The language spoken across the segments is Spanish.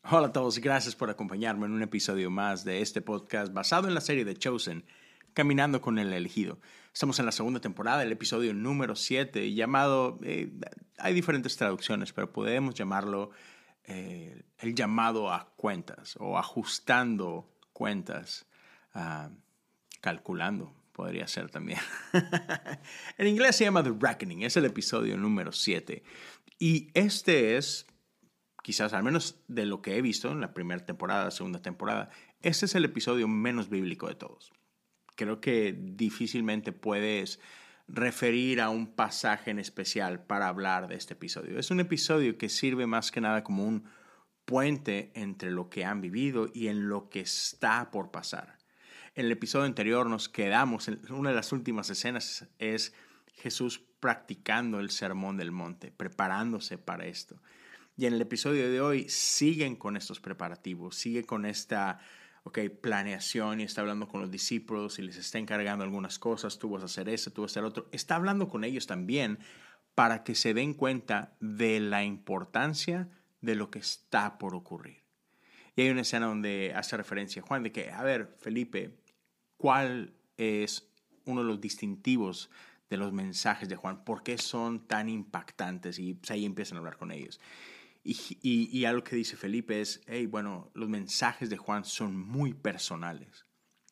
Hola a todos, gracias por acompañarme en un episodio más de este podcast basado en la serie de Chosen, Caminando con el Elegido. Estamos en la segunda temporada, el episodio número 7, llamado, hay diferentes traducciones, pero podemos llamarlo el llamado a cuentas o ajustando cuentas, calculando, podría ser también. En inglés se llama The Reckoning, es el episodio número 7. Y este es, quizás al menos de lo que he visto en la primera temporada, segunda temporada, este es el episodio menos bíblico de todos. Creo que difícilmente puedes referir a un pasaje en especial para hablar de este episodio. Es un episodio que sirve más que nada como un puente entre lo que han vivido y en lo que está por pasar. En el episodio anterior nos quedamos, en una de las últimas escenas es Jesús practicando el sermón del monte, preparándose para esto. Y en el episodio de hoy siguen con estos preparativos, sigue con esta planeación y está hablando con los discípulos y les está encargando algunas cosas. Tú vas a hacer eso, tú vas a hacer otro. Está hablando con ellos también para que se den cuenta de la importancia de lo que está por ocurrir. Y hay una escena donde hace referencia a Juan de que, a ver, Felipe, ¿cuál es uno de los distintivos de los mensajes de Juan? ¿Por qué son tan impactantes? Y pues, ahí empiezan a hablar con ellos. Y algo que dice Felipe es, hey, bueno, los mensajes de Juan son muy personales.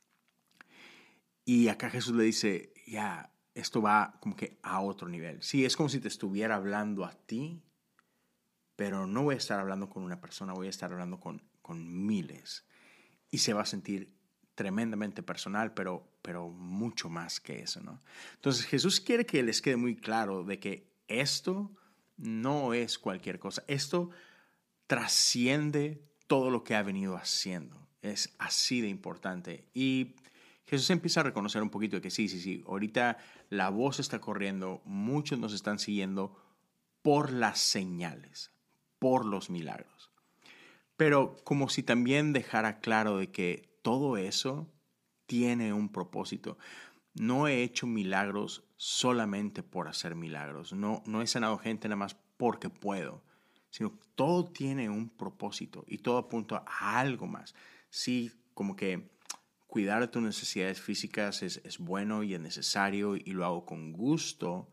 Y acá Jesús le dice, ya, esto va como que a otro nivel. Sí, es como si te estuviera hablando a ti, pero no voy a estar hablando con una persona, voy a estar hablando con miles. Y se va a sentir tremendamente personal, pero mucho más que eso, ¿no? Entonces Jesús quiere que les quede muy claro de que esto no es cualquier cosa. Esto trasciende todo lo que ha venido haciendo. Es así de importante. Y Jesús empieza a reconocer un poquito de que sí, ahorita la voz está corriendo, muchos nos están siguiendo por las señales, por los milagros. Pero como si también dejara claro de que todo eso tiene un propósito. No he hecho milagros solamente por hacer milagros. No he sanado gente nada más porque puedo. Sino todo tiene un propósito y todo apunta a algo más. Sí, como que cuidar de tus necesidades físicas es bueno y es necesario y lo hago con gusto,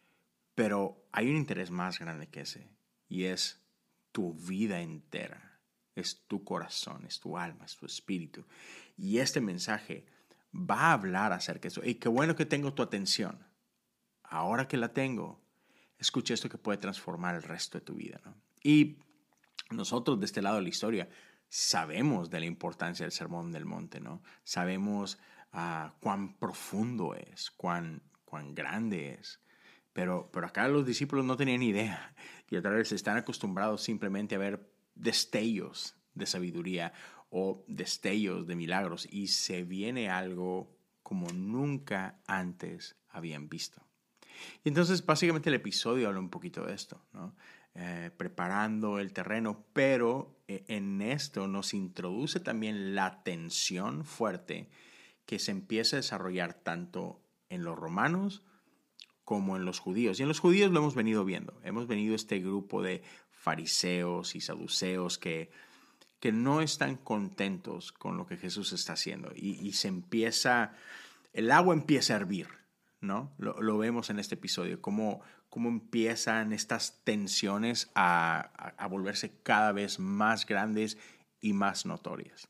pero hay un interés más grande que ese y es tu vida entera. Es tu corazón, es tu alma, es tu espíritu. Y este mensaje va a hablar acerca de eso. Y qué bueno que tengo tu atención. Ahora que la tengo, escucha esto que puede transformar el resto de tu vida, ¿no? Y nosotros de este lado de la historia sabemos de la importancia del Sermón del Monte, ¿no? Sabemos cuán profundo es, cuán grande es. Pero acá los discípulos no tenían idea y otra vez están acostumbrados simplemente a ver destellos de sabiduría o destellos de milagros y se viene algo como nunca antes habían visto. Y entonces básicamente el episodio habla un poquito de esto, ¿no? Preparando el terreno, pero en esto nos introduce también la tensión fuerte que se empieza a desarrollar tanto en los romanos como en los judíos. Y en los judíos lo hemos venido viendo. Hemos venido este grupo de fariseos y saduceos que no están contentos con lo que Jesús está haciendo. Y se empieza, el agua empieza a hervir, ¿no? Lo vemos en este episodio, cómo empiezan estas tensiones a volverse cada vez más grandes y más notorias.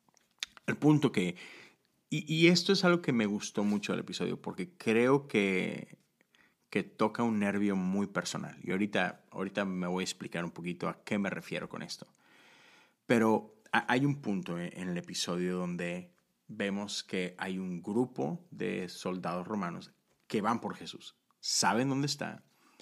El punto que, y esto es algo que me gustó mucho del episodio, porque creo que toca un nervio muy personal. Y ahorita me voy a explicar un poquito a qué me refiero con esto. Pero hay un punto en el episodio donde vemos que hay un grupo de soldados romanos que van por Jesús. Saben dónde está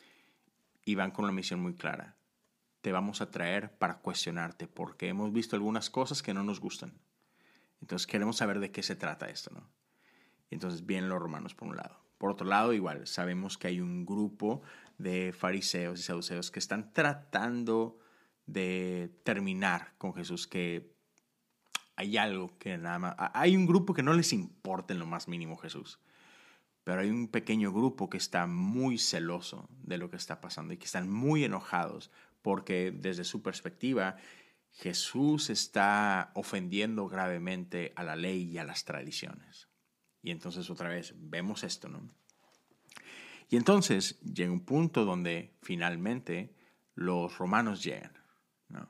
y van con una misión muy clara. Te vamos a traer para cuestionarte porque hemos visto algunas cosas que no nos gustan. Entonces queremos saber de qué se trata esto, ¿no? Entonces vienen los romanos por un lado. Por otro lado, igual, sabemos que hay un grupo de fariseos y saduceos que están tratando de terminar con Jesús, que hay algo que nada más... Hay un grupo que no les importa en lo más mínimo Jesús, pero hay un pequeño grupo que está muy celoso de lo que está pasando y que están muy enojados porque desde su perspectiva Jesús está ofendiendo gravemente a la ley y a las tradiciones. Y entonces otra vez vemos esto, ¿no? Y entonces llega un punto donde finalmente los romanos llegan, ¿no?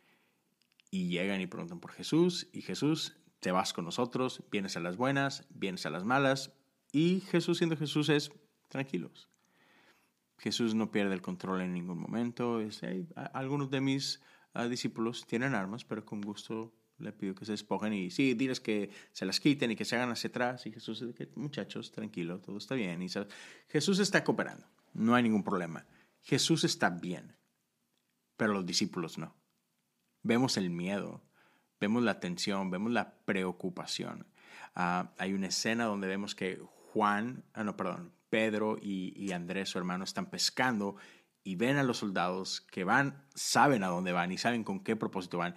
Y llegan y preguntan por Jesús, y Jesús, te vas con nosotros, vienes a las buenas, vienes a las malas, y Jesús, siendo Jesús, es tranquilos. Jesús no pierde el control en ningún momento. Algunos de mis discípulos tienen armas, pero con gusto le pido que se despojen y sí, diles que se las quiten y que se hagan hacia atrás. Y Jesús dice, muchachos, tranquilo, todo está bien. Y Jesús está cooperando, no hay ningún problema. Jesús está bien, pero los discípulos no. Vemos el miedo, vemos la tensión, vemos la preocupación. Hay una escena donde vemos que Pedro y Andrés, su hermano, están pescando y ven a los soldados que van, saben a dónde van y saben con qué propósito van.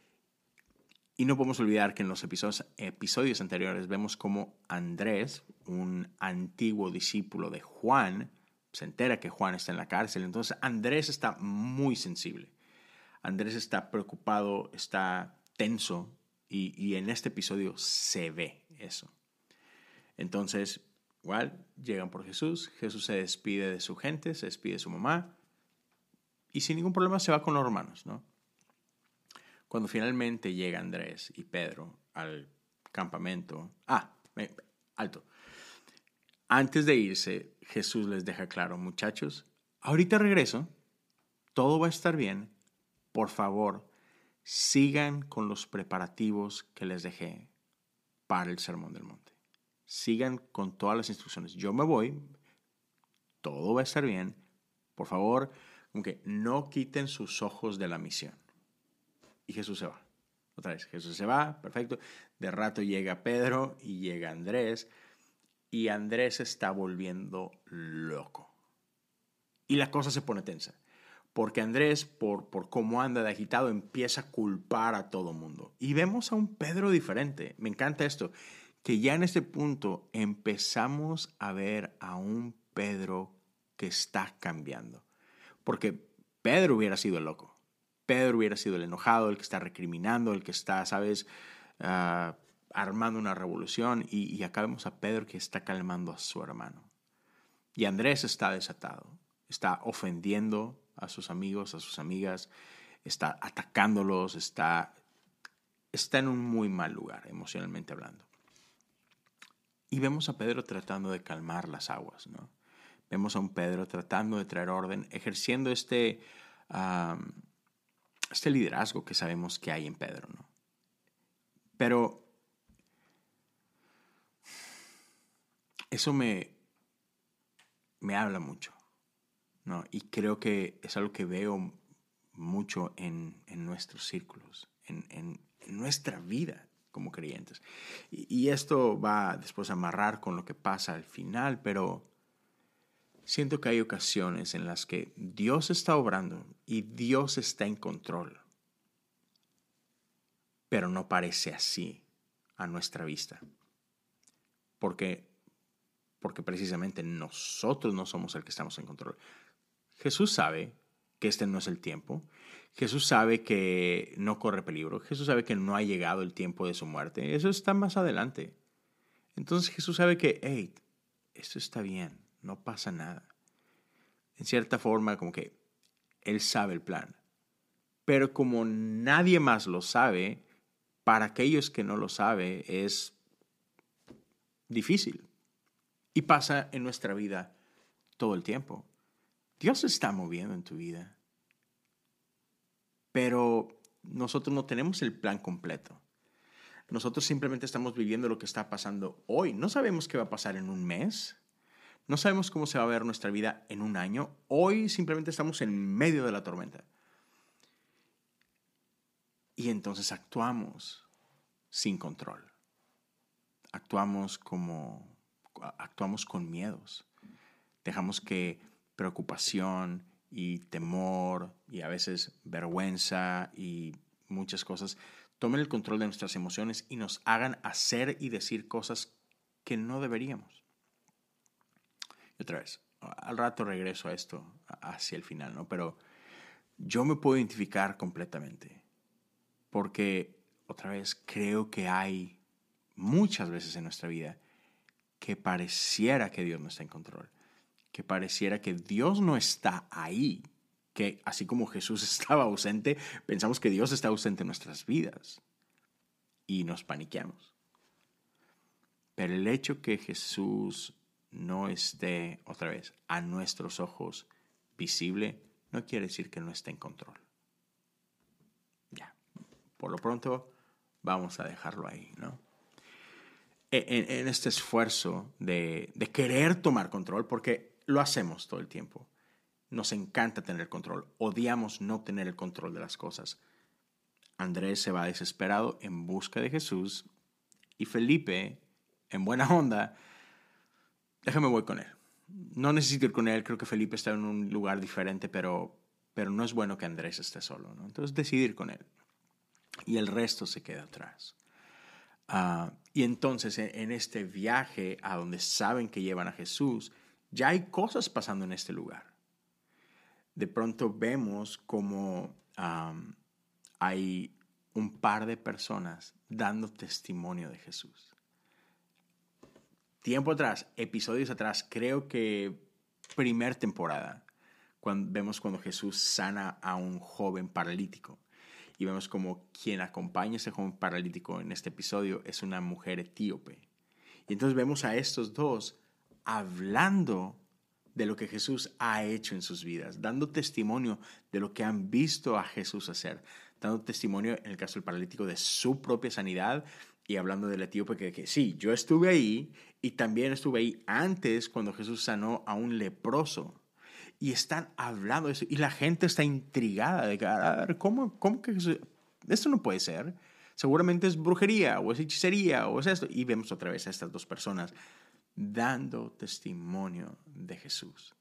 Y no podemos olvidar que en los episodios anteriores vemos cómo Andrés, un antiguo discípulo de Juan, se entera que Juan está en la cárcel. Entonces Andrés está muy sensible. Andrés está preocupado, está tenso y en este episodio se ve eso. Entonces, igual, llegan por Jesús. Jesús se despide de su gente, se despide de su mamá y sin ningún problema se va con los hermanos, ¿no? Cuando finalmente llega Andrés y Pedro al campamento... alto. Antes de irse, Jesús les deja claro, muchachos, ahorita regreso, todo va a estar bien. Por favor, sigan con los preparativos que les dejé para el Sermón del Monte. Sigan con todas las instrucciones. Yo me voy, todo va a estar bien. Por favor, aunque no quiten sus ojos de la misión. Y Jesús se va. Otra vez, Jesús se va, perfecto. De rato llega Pedro y llega Andrés. Y Andrés se está volviendo loco. Y la cosa se pone tensa. Porque Andrés, por cómo anda de agitado, empieza a culpar a todo mundo. Y vemos a un Pedro diferente. Me encanta esto. Que ya en este punto empezamos a ver a un Pedro que está cambiando. Porque Pedro hubiera sido el loco. Pedro hubiera sido el enojado, el que está recriminando, el que está, ¿sabes?, armando una revolución. Y acá vemos a Pedro que está calmando a su hermano. Y Andrés está desatado. Está ofendiendo a sus amigos, a sus amigas. Está atacándolos. Está en un muy mal lugar, emocionalmente hablando. Y vemos a Pedro tratando de calmar las aguas, ¿no? Vemos a un Pedro tratando de traer orden, ejerciendo este liderazgo que sabemos que hay en Pedro, ¿no? Pero eso me habla mucho, ¿no? Y creo que es algo que veo mucho en nuestros círculos, en nuestra vida como creyentes. Y esto va después a amarrar con lo que pasa al final, pero siento que hay ocasiones en las que Dios está obrando y Dios está en control, pero no parece así a nuestra vista. Porque precisamente nosotros no somos el que estamos en control. Jesús sabe que este no es el tiempo. Jesús sabe que no corre peligro. Jesús sabe que no ha llegado el tiempo de su muerte. Eso está más adelante. Entonces Jesús sabe que, hey, esto está bien, no pasa nada. En cierta forma, como que Él sabe el plan. Pero como nadie más lo sabe, para aquellos que no lo saben es difícil. Y pasa en nuestra vida todo el tiempo. Dios se está moviendo en tu vida. Pero nosotros no tenemos el plan completo. Nosotros simplemente estamos viviendo lo que está pasando hoy. No sabemos qué va a pasar en un mes. No sabemos cómo se va a ver nuestra vida en un año. Hoy simplemente estamos en medio de la tormenta. Y entonces actuamos sin control. Actuamos con miedos. Dejamos que preocupación y temor y a veces vergüenza y muchas cosas tomen el control de nuestras emociones y nos hagan hacer y decir cosas que no deberíamos. Y otra vez, al rato regreso a esto hacia el final, ¿no? Pero yo me puedo identificar completamente. Porque, otra vez, creo que hay muchas veces en nuestra vida que pareciera que Dios no está en control, que pareciera que Dios no está ahí, que así como Jesús estaba ausente, pensamos que Dios está ausente en nuestras vidas y nos paniqueamos. Pero el hecho que Jesús no esté, otra vez, a nuestros ojos visible, no quiere decir que no esté en control. Ya, por lo pronto vamos a dejarlo ahí, ¿no? En este esfuerzo de querer tomar control, porque lo hacemos todo el tiempo. Nos encanta tener control, odiamos no tener el control de las cosas. Andrés se va desesperado en busca de Jesús y Felipe, en buena onda, déjame voy con él. No necesito ir con él, creo que Felipe está en un lugar diferente, pero no es bueno que Andrés esté solo, ¿no? Entonces decide ir con él. Y el resto se queda atrás. Y entonces en este viaje a donde saben que llevan a Jesús, ya hay cosas pasando en este lugar. De pronto vemos como hay un par de personas dando testimonio de Jesús. Tiempo atrás, episodios atrás, creo que primer temporada, vemos cuando Jesús sana a un joven paralítico. Y vemos como quien acompaña a ese joven paralítico en este episodio es una mujer etíope. Y entonces vemos a estos dos hablando de lo que Jesús ha hecho en sus vidas, dando testimonio de lo que han visto a Jesús hacer, dando testimonio, en el caso del paralítico, de su propia sanidad y hablando del etíope que sí, yo estuve ahí y también estuve ahí antes cuando Jesús sanó a un leproso. Y están hablando de eso y la gente está intrigada de que, a ver, ¿cómo que Jesús? Esto no puede ser. Seguramente es brujería o es hechicería o es esto. Y vemos otra vez a estas dos personas dando testimonio de Jesús.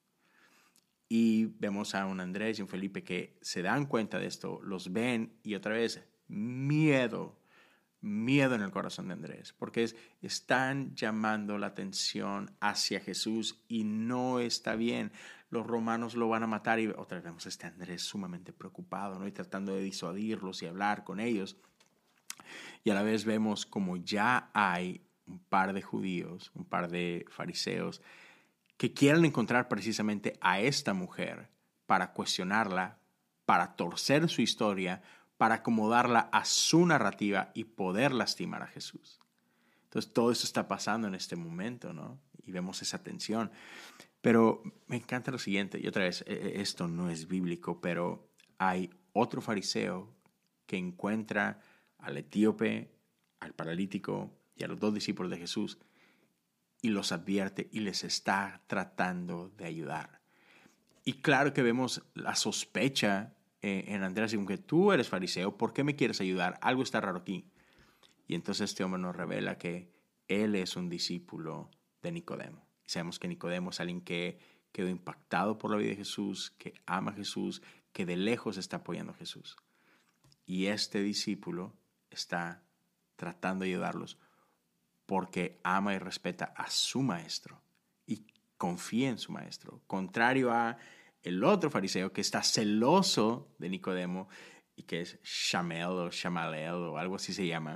Y vemos a un Andrés y un Felipe que se dan cuenta de esto, los ven y otra vez miedo en el corazón de Andrés, porque están llamando la atención hacia Jesús y no está bien. Los romanos lo van a matar y otra vez vemos a este Andrés sumamente preocupado, ¿no? Y tratando de disuadirlos y hablar con ellos. Y a la vez vemos como ya hay un par de judíos, un par de fariseos que quieren encontrar precisamente a esta mujer para cuestionarla, para torcer su historia, para acomodarla a su narrativa y poder lastimar a Jesús. Entonces todo eso está pasando en este momento, ¿no? Y vemos esa tensión. Pero me encanta lo siguiente, y otra vez, esto no es bíblico, pero hay otro fariseo que encuentra al etíope, al paralítico y a los dos discípulos de Jesús y los advierte y les está tratando de ayudar. Y claro que vemos la sospecha en Andrés, como que tú eres fariseo, ¿por qué me quieres ayudar? Algo está raro aquí. Y entonces este hombre nos revela que él es un discípulo de Nicodemo. Y sabemos que Nicodemo es alguien que quedó impactado por la vida de Jesús, que ama a Jesús, que de lejos está apoyando a Jesús. Y este discípulo está tratando de ayudarlos porque ama y respeta a su maestro y confía en su maestro. Contrario a el otro fariseo que está celoso de Nicodemo y que es Shamel o Shamalel o algo así se llama.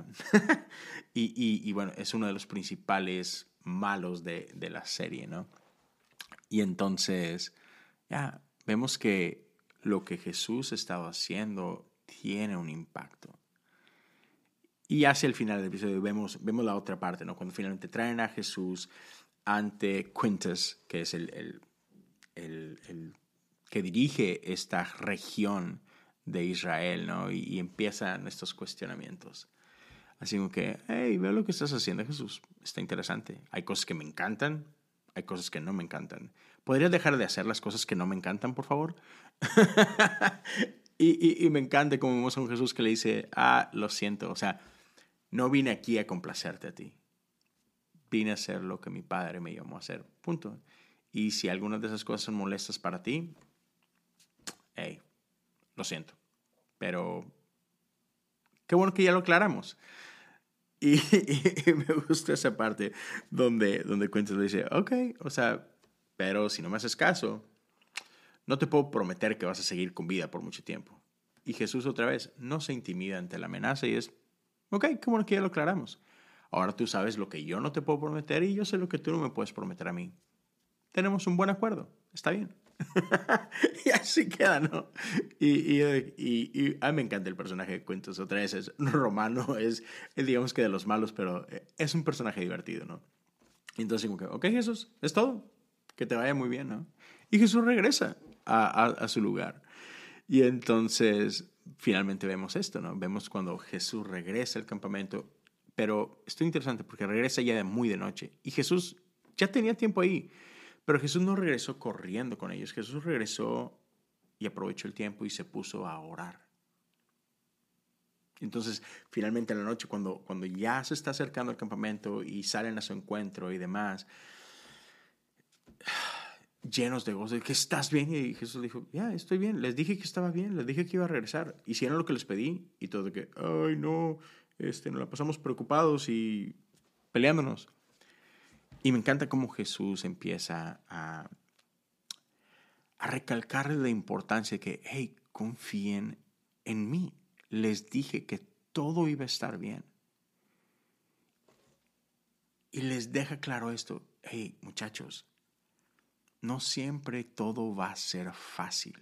y bueno, es uno de los principales malos de la serie, ¿no? Y entonces, ya, vemos que lo que Jesús estaba haciendo tiene un impacto. Y hacia el final del episodio vemos la otra parte, ¿no? Cuando finalmente traen a Jesús ante Quintus, que es el que dirige esta región de Israel, ¿no? Y empiezan estos cuestionamientos. Así como que, hey, veo lo que estás haciendo, Jesús. Está interesante. Hay cosas que me encantan, hay cosas que no me encantan. ¿Podrías dejar de hacer las cosas que no me encantan, por favor? y me encanta como vemos a un Jesús que le dice, lo siento, o sea, no vine aquí a complacerte a ti. Vine a hacer lo que mi padre me llamó a hacer. Punto. Y si algunas de esas cosas son molestas para ti, hey, lo siento. Pero qué bueno que ya lo aclaramos. Y me gusta esa parte donde Quentin le dice, ok, o sea, pero si no me haces caso, no te puedo prometer que vas a seguir con vida por mucho tiempo. Y Jesús otra vez no se intimida ante la amenaza y es, ok, qué bueno que ya lo aclaramos. Ahora tú sabes lo que yo no te puedo prometer y yo sé lo que tú no me puedes prometer a mí. Tenemos un buen acuerdo, está bien. Y así queda, ¿no? Y a mí me encanta el personaje de Cuentos. Otra vez es Romano, es digamos que de los malos, pero es un personaje divertido, ¿no? Y entonces como que, ok, Jesús, es todo. Que te vaya muy bien, ¿no? Y Jesús regresa a su lugar. Y entonces finalmente vemos esto, ¿no? Vemos cuando Jesús regresa al campamento, pero esto es interesante porque regresa ya muy de noche. Y Jesús ya tenía tiempo ahí, pero Jesús no regresó corriendo con ellos. Jesús regresó y aprovechó el tiempo y se puso a orar. Entonces, finalmente en la noche, cuando ya se está acercando al campamento y salen a su encuentro y demás, llenos de gozo, que estás bien. Y Jesús dijo, ya, estoy bien. Les dije que estaba bien, les dije que iba a regresar. Hicieron lo que les pedí y todo que, ay, no, nos la pasamos preocupados y peleándonos. Y me encanta cómo Jesús empieza a recalcar la importancia de que, hey, confíen en mí. Les dije que todo iba a estar bien. Y les deja claro esto, hey, muchachos, no siempre todo va a ser fácil.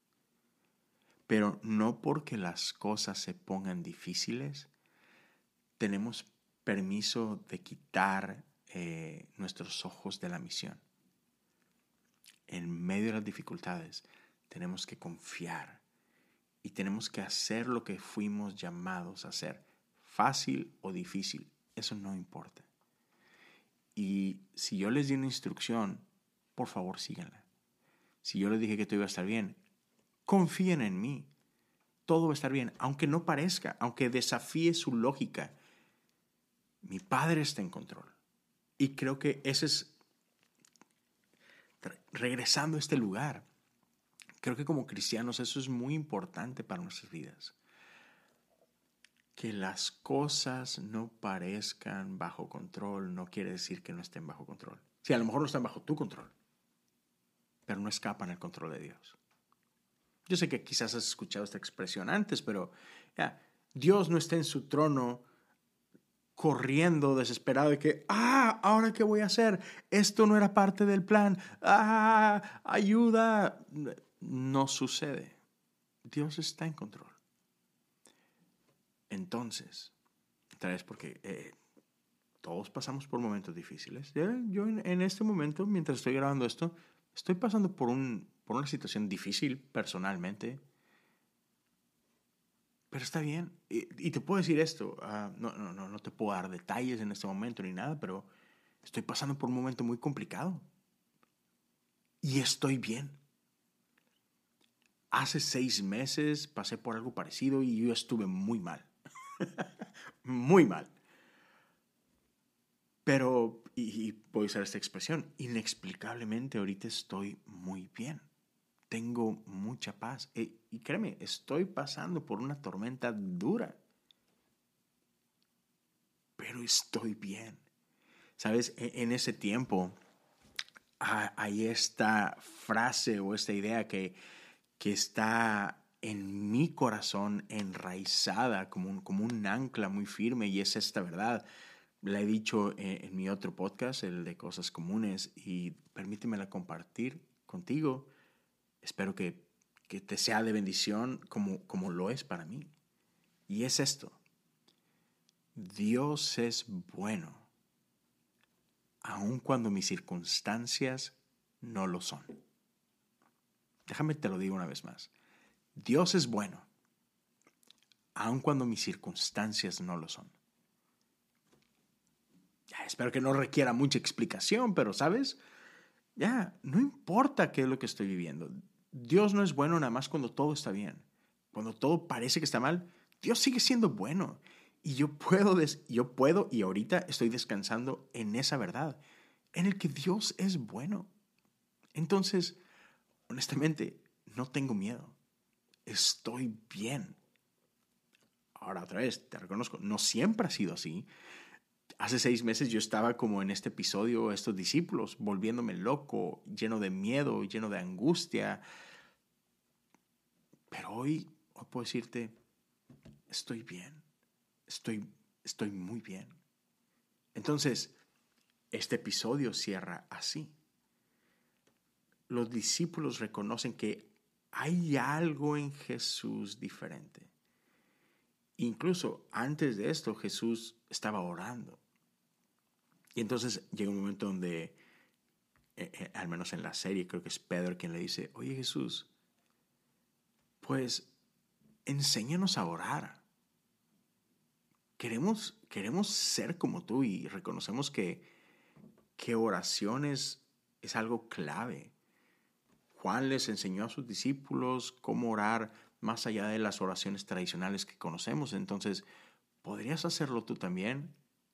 Pero no porque las cosas se pongan difíciles, tenemos permiso de quitar nuestros ojos de la misión. En medio de las dificultades, tenemos que confiar y tenemos que hacer lo que fuimos llamados a hacer. Fácil o difícil, eso no importa. Y si yo les di una instrucción, por favor síganla. Si yo les dije que todo iba a estar bien, confíen en mí. Todo va a estar bien, aunque no parezca, aunque desafíe su lógica. Mi Padre está en control. Y creo que ese es, regresando a este lugar, creo que como cristianos eso es muy importante para nuestras vidas. Que las cosas no parezcan bajo control no quiere decir que no estén bajo control. Sí, a lo mejor no están bajo tu control, pero no escapan al control de Dios. Yo sé que quizás has escuchado esta expresión antes, pero Dios no está en su trono corriendo desesperado de que, ¿ahora qué voy a hacer? Esto no era parte del plan. Ayuda. No sucede. Dios está en control. Entonces, tal vez porque todos pasamos por momentos difíciles. Yo en este momento, mientras estoy grabando esto, estoy pasando por una situación difícil personalmente. Pero está bien. Y te puedo decir esto. No te puedo dar detalles en este momento ni nada, pero estoy pasando por un momento muy complicado. Y estoy bien. Hace 6 meses pasé por algo parecido y yo estuve muy mal. Muy mal. Pero, y voy a usar esta expresión, inexplicablemente ahorita estoy muy bien. Tengo mucha paz. Y créeme, estoy pasando por una tormenta dura. Pero estoy bien. ¿Sabes? En ese tiempo hay esta frase o esta idea que está en mi corazón enraizada como un ancla muy firme, y es esta verdad. La he dicho en mi otro podcast, el de Cosas Comunes, y permítemela compartir contigo. Espero que te sea de bendición como lo es para mí. Y es esto: Dios es bueno, aun cuando mis circunstancias no lo son. Déjame te lo digo una vez más. Dios es bueno, aun cuando mis circunstancias no lo son. Espero que no requiera mucha explicación, pero ¿sabes? No importa qué es lo que estoy viviendo. Dios no es bueno nada más cuando todo está bien. Cuando todo parece que está mal, Dios sigue siendo bueno. Y yo puedo y ahorita estoy descansando en esa verdad, en el que Dios es bueno. Entonces, honestamente, no tengo miedo. Estoy bien. Ahora otra vez, te reconozco, no siempre ha sido así. Hace 6 meses yo estaba como en este episodio, estos discípulos, volviéndome loco, lleno de miedo, lleno de angustia. Pero hoy Hoy puedo decirte, estoy bien, estoy muy bien. Entonces, este episodio cierra así. Los discípulos reconocen que hay algo en Jesús diferente. Incluso antes de esto, Jesús estaba orando. Y entonces llega un momento donde, al menos en la serie, creo que es Pedro quien le dice, oye Jesús, pues enséñanos a orar. Queremos ser como tú y reconocemos que oración es algo clave. Juan les enseñó a sus discípulos cómo orar más allá de las oraciones tradicionales que conocemos. Entonces, ¿podrías hacerlo tú también?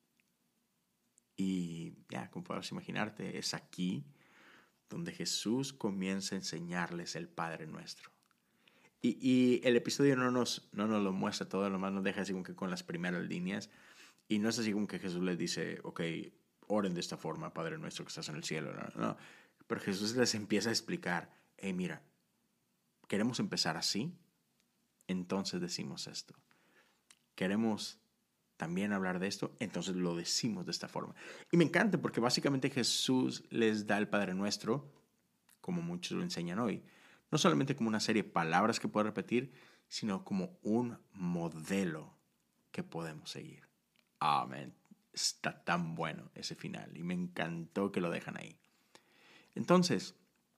Y ya, como puedes imaginarte, es aquí donde Jesús comienza a enseñarles el Padre Nuestro. Y el episodio no nos lo muestra todo, nomás nos deja así como que con las primeras líneas. Y no es así como que Jesús les dice, ok, oren de esta forma, Padre Nuestro que estás en el cielo. No. Pero Jesús les empieza a explicar, hey, mira, queremos empezar así, entonces decimos esto. Queremos también hablar de esto, entonces lo decimos de esta forma. Y me encanta porque básicamente Jesús les da el Padre Nuestro, como muchos lo enseñan hoy, no solamente como una serie de palabras que puedo repetir, sino como un modelo que podemos seguir. Amén. Está tan bueno ese final y me encantó que lo dejan ahí. Entonces,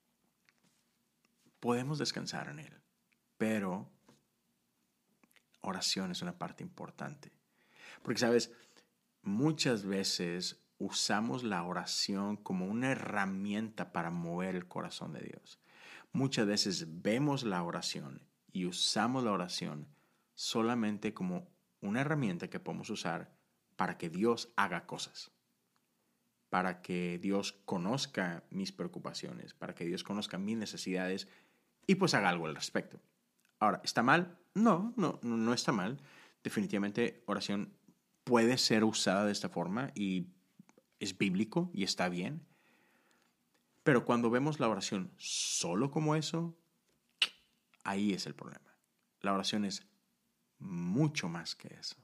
podemos descansar en él, pero oración es una parte importante. Porque, ¿sabes? Muchas veces usamos la oración como una herramienta para mover el corazón de Dios. Muchas veces vemos la oración y usamos la oración solamente como una herramienta que podemos usar para que Dios haga cosas, para que Dios conozca mis preocupaciones, para que Dios conozca mis necesidades y pues haga algo al respecto. Ahora, ¿está mal? No está mal. Definitivamente oración puede ser usada de esta forma y es bíblico y está bien. Pero cuando vemos la oración solo como eso, ahí es el problema. La oración es mucho más que eso.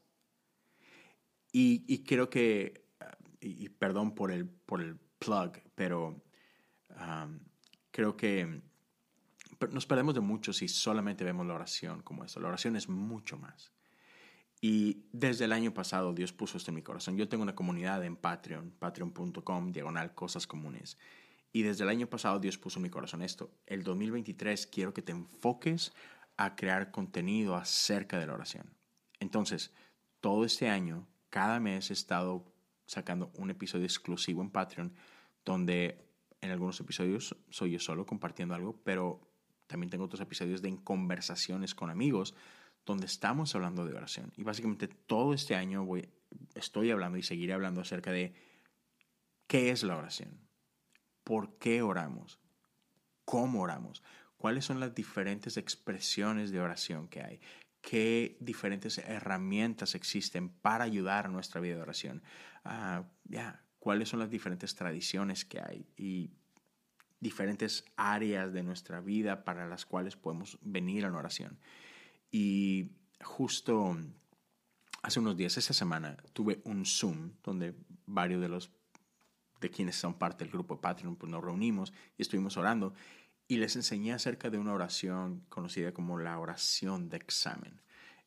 Y creo que, y perdón por el plug, pero creo que nos perdemos de mucho si solamente vemos la oración como eso. La oración es mucho más. Y desde el año pasado Dios puso esto en mi corazón. Yo tengo una comunidad en Patreon, patreon.com/cosas comunes. Y desde el año pasado Dios puso en mi corazón esto. El 2023 quiero que te enfoques a crear contenido acerca de la oración. Entonces, todo este año, cada mes he estado sacando un episodio exclusivo en Patreon, donde en algunos episodios soy yo solo compartiendo algo, pero también tengo otros episodios de conversaciones con amigos, donde estamos hablando de oración. Y básicamente todo este año estoy hablando y seguiré hablando acerca de qué es la oración, por qué oramos, cómo oramos, cuáles son las diferentes expresiones de oración que hay, qué diferentes herramientas existen para ayudar a nuestra vida de oración, cuáles son las diferentes tradiciones que hay y diferentes áreas de nuestra vida para las cuales podemos venir a la oración. Y justo hace unos días, esta semana, tuve un Zoom donde varios de quienes son parte del grupo de Patreon pues nos reunimos y estuvimos orando y les enseñé acerca de una oración conocida como la oración de examen.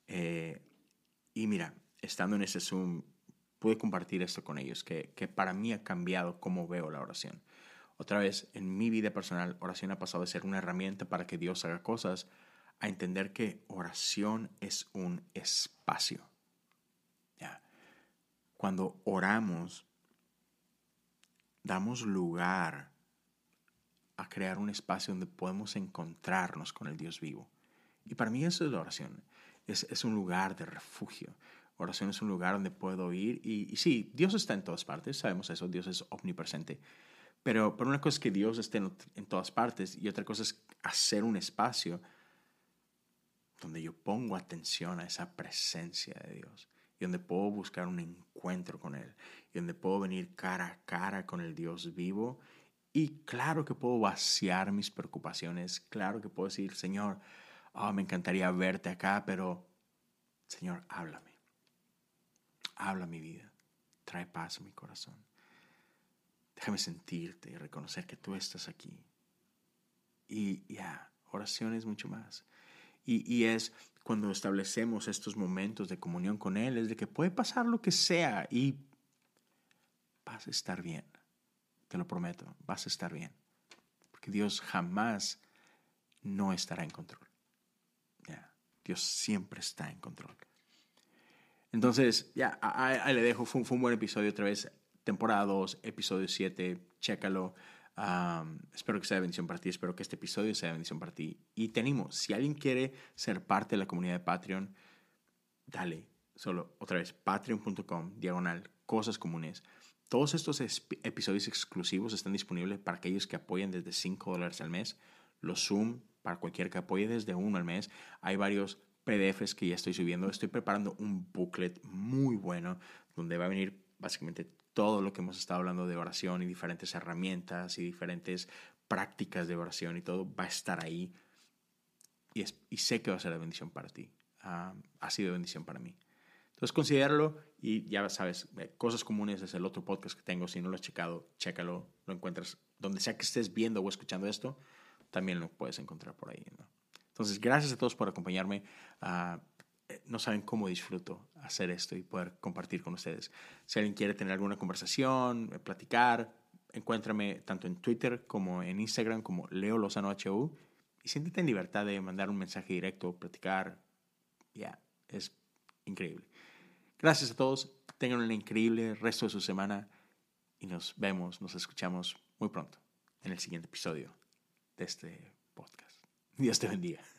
Y mira, estando en ese Zoom, pude compartir esto con ellos, que para mí ha cambiado cómo veo la oración. Otra vez, en mi vida personal, oración ha pasado de ser una herramienta para que Dios haga cosas a entender que oración es un espacio. ¿Ya? Cuando oramos, damos lugar a crear un espacio donde podemos encontrarnos con el Dios vivo. Y para mí eso es la oración. Es un lugar de refugio. Oración es un lugar donde puedo ir y sí, Dios está en todas partes, sabemos eso, Dios es omnipresente. Pero una cosa es que Dios esté en todas partes y otra cosa es hacer un espacio donde yo pongo atención a esa presencia de Dios y donde puedo buscar un encuentro con Él y donde puedo venir cara a cara con el Dios vivo. Y claro que puedo vaciar mis preocupaciones, claro que puedo decir, Señor, me encantaría verte acá, pero Señor, háblame. Habla mi vida. Trae paz a mi corazón. Déjame sentirte y reconocer que tú estás aquí. Y oración es mucho más. Y es cuando establecemos estos momentos de comunión con Él, es de que puede pasar lo que sea y vas a estar bien. Te lo prometo, vas a estar bien. Porque Dios jamás no estará en control. Dios siempre está en control. Entonces, ahí le dejo. Fue un buen episodio otra vez. Temporada 2, episodio 7. Chécalo. Espero que sea de bendición para ti. Espero que este episodio sea de bendición para ti. Y te animo, si alguien quiere ser parte de la comunidad de Patreon, dale. Solo, otra vez, patreon.com/cosas comunes. Todos estos episodios exclusivos están disponibles para aquellos que apoyen desde $5 al mes. Los Zoom, para cualquiera que apoye desde $1 al mes. Hay varios PDFs que ya estoy subiendo. Estoy preparando un booklet muy bueno donde va a venir básicamente todo lo que hemos estado hablando de oración y diferentes herramientas y diferentes prácticas de oración y todo va a estar ahí. Y sé que va a ser de bendición para ti. Ha sido de bendición para mí. Entonces considéralo y ya sabes, Cosas Comunes es el otro podcast que tengo. Si no lo has checado, chécalo. Lo encuentras donde sea que estés viendo o escuchando esto, también lo puedes encontrar por ahí, ¿no? Entonces, gracias a todos por acompañarme. No saben cómo disfruto hacer esto y poder compartir con ustedes. Si alguien quiere tener alguna conversación, platicar, encuéntrame tanto en Twitter como en Instagram como Leo Lozano HU y siéntete en libertad de mandar un mensaje directo, platicar. Es increíble. Gracias a todos. Tengan un increíble resto de su semana y nos escuchamos muy pronto en el siguiente episodio de este podcast. Dios te bendiga.